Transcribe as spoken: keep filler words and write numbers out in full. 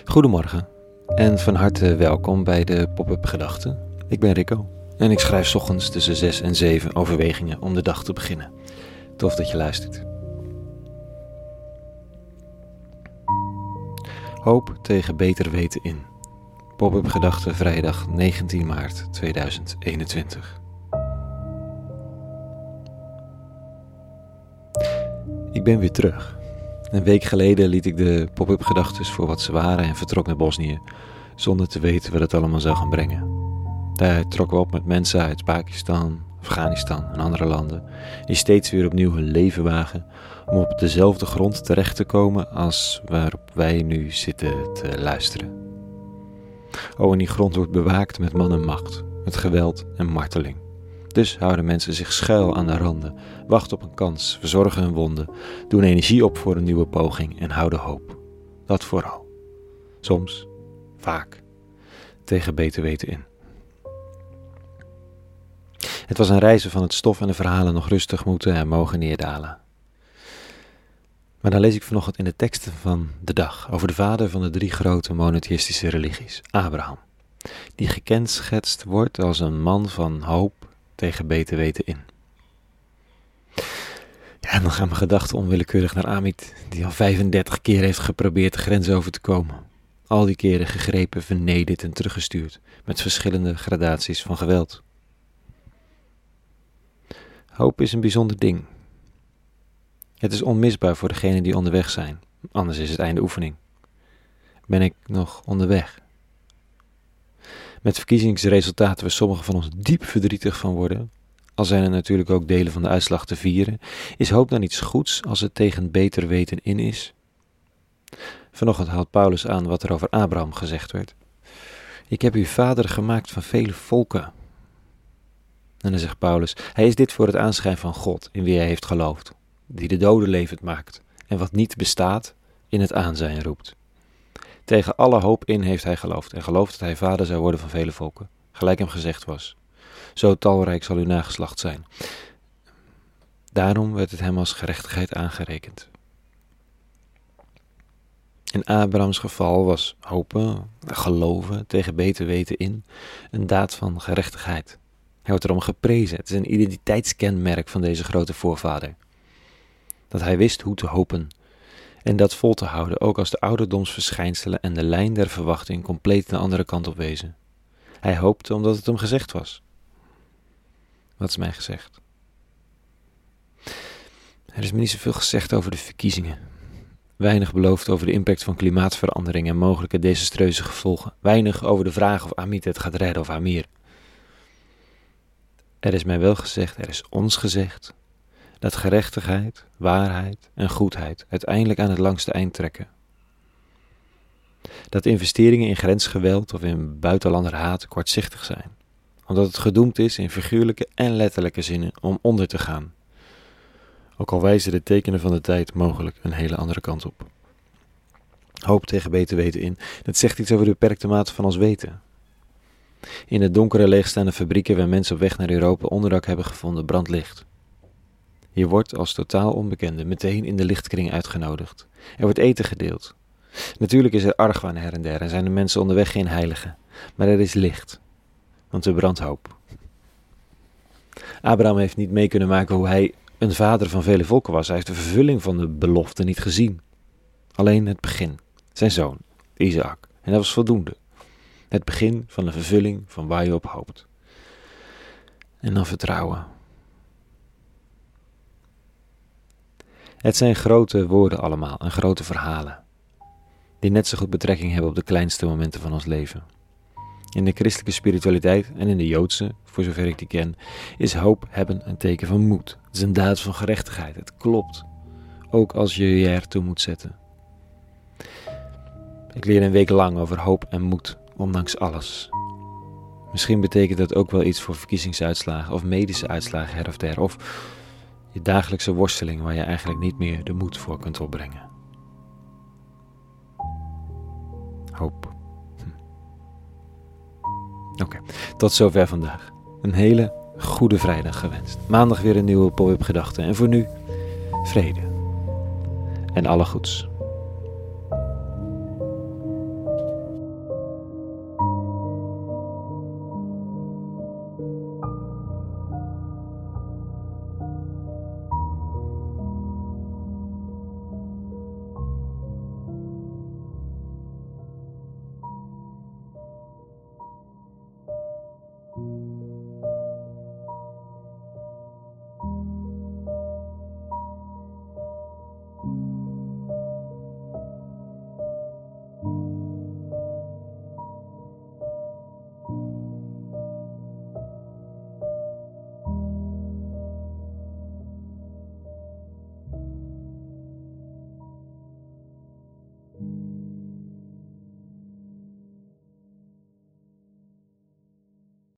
Goedemorgen en van harte welkom bij de Pop-up Gedachten. Ik ben Rico en ik schrijf 's ochtends tussen zes en zeven overwegingen om de dag te beginnen. Tof dat je luistert. Hoop tegen beter weten in. Pop-up Gedachten vrijdag negentien maart tweeduizend eenentwintig. Ik ben weer terug. Een week geleden liet ik de pop-up gedachten voor wat ze waren en vertrok naar Bosnië, zonder te weten wat het allemaal zou gaan brengen. Daar trokken we op met mensen uit Pakistan, Afghanistan en andere landen, die steeds weer opnieuw hun leven wagen om op dezelfde grond terecht te komen als waarop wij nu zitten te luisteren. Oh, en die grond wordt bewaakt met man en macht, met geweld en marteling. Dus houden mensen zich schuil aan de randen, wachten op een kans, verzorgen hun wonden, doen energie op voor een nieuwe poging en houden hoop. Dat vooral. Soms, vaak, tegen beter weten in. Het was een reizen van het stof en de verhalen nog rustig moeten en mogen neerdalen. Maar dan lees ik vanochtend in de teksten van de dag over de vader van de drie grote monotheïstische religies, Abraham, die gekenschetst wordt als een man van hoop tegen beter weten in. Ja, en dan gaan mijn gedachten onwillekeurig naar Amit, die al vijfendertig keer heeft geprobeerd de grens over te komen. Al die keren gegrepen, vernederd en teruggestuurd, met verschillende gradaties van geweld. Hoop is een bijzonder ding. Het is onmisbaar voor degenen die onderweg zijn, anders is het einde oefening. Ben ik nog onderweg? Met verkiezingsresultaten waar sommigen van ons diep verdrietig van worden, al zijn er natuurlijk ook delen van de uitslag te vieren, is hoop dan iets goeds als het tegen beter weten in is? Vanochtend haalt Paulus aan wat er over Abraham gezegd werd. Ik heb u vader gemaakt van vele volken. En dan zegt Paulus, hij is dit voor het aanschijn van God, in wie hij heeft geloofd, die de doden levend maakt en wat niet bestaat, in het aanzijn roept. Tegen alle hoop in heeft hij geloofd en geloofd dat hij vader zou worden van vele volken, gelijk hem gezegd was. Zo talrijk zal uw nageslacht zijn. Daarom werd het hem als gerechtigheid aangerekend. In Abrahams geval was hopen, geloven, tegen beter weten in, een daad van gerechtigheid. Hij wordt erom geprezen. Het is een identiteitskenmerk van deze grote voorvader. Dat hij wist hoe te hopen. En dat vol te houden, ook als de ouderdomsverschijnselen en de lijn der verwachting compleet de andere kant op wezen. Hij hoopte omdat het hem gezegd was. Wat is mij gezegd? Er is me niet zoveel gezegd over de verkiezingen. Weinig beloofd over de impact van klimaatverandering en mogelijke desastreuze gevolgen. Weinig over de vraag of Amit het gaat redden of Amir. Er is mij wel gezegd, er is ons gezegd, dat gerechtigheid, waarheid en goedheid uiteindelijk aan het langste eind trekken. Dat investeringen in grensgeweld of in buitenlanderhaat kortzichtig zijn, omdat het gedoemd is in figuurlijke en letterlijke zinnen om onder te gaan. Ook al wijzen de tekenen van de tijd mogelijk een hele andere kant op. Hoop tegen beter weten in, dat zegt iets over de beperkte mate van ons weten. In de donkere leegstaande fabrieken waar mensen op weg naar Europa onderdak hebben gevonden, brandt licht. Je wordt als totaal onbekende meteen in de lichtkring uitgenodigd. Er wordt eten gedeeld. Natuurlijk is er argwaan her en der en zijn de mensen onderweg geen heiligen. Maar er is licht. Want er brandt hoop. Abraham heeft niet mee kunnen maken hoe hij een vader van vele volken was. Hij heeft de vervulling van de belofte niet gezien. Alleen het begin. Zijn zoon, Isaac. En dat was voldoende. Het begin van de vervulling van waar je op hoopt. En dan vertrouwen. Het zijn grote woorden allemaal en grote verhalen, die net zo goed betrekking hebben op de kleinste momenten van ons leven. In de christelijke spiritualiteit en in de Joodse, voor zover ik die ken, is hoop hebben een teken van moed. Het is een daad van gerechtigheid, het klopt, ook als je je ertoe moet zetten. Ik leer een week lang over hoop en moed, ondanks alles. Misschien betekent dat ook wel iets voor verkiezingsuitslagen of medische uitslagen her of der, of je dagelijkse worsteling waar je eigenlijk niet meer de moed voor kunt opbrengen. Hoop. Hm. Oké, okay. Tot zover vandaag. Een hele goede vrijdag gewenst. Maandag weer een nieuwe pop-up gedachte. En voor nu, vrede. En alle goeds.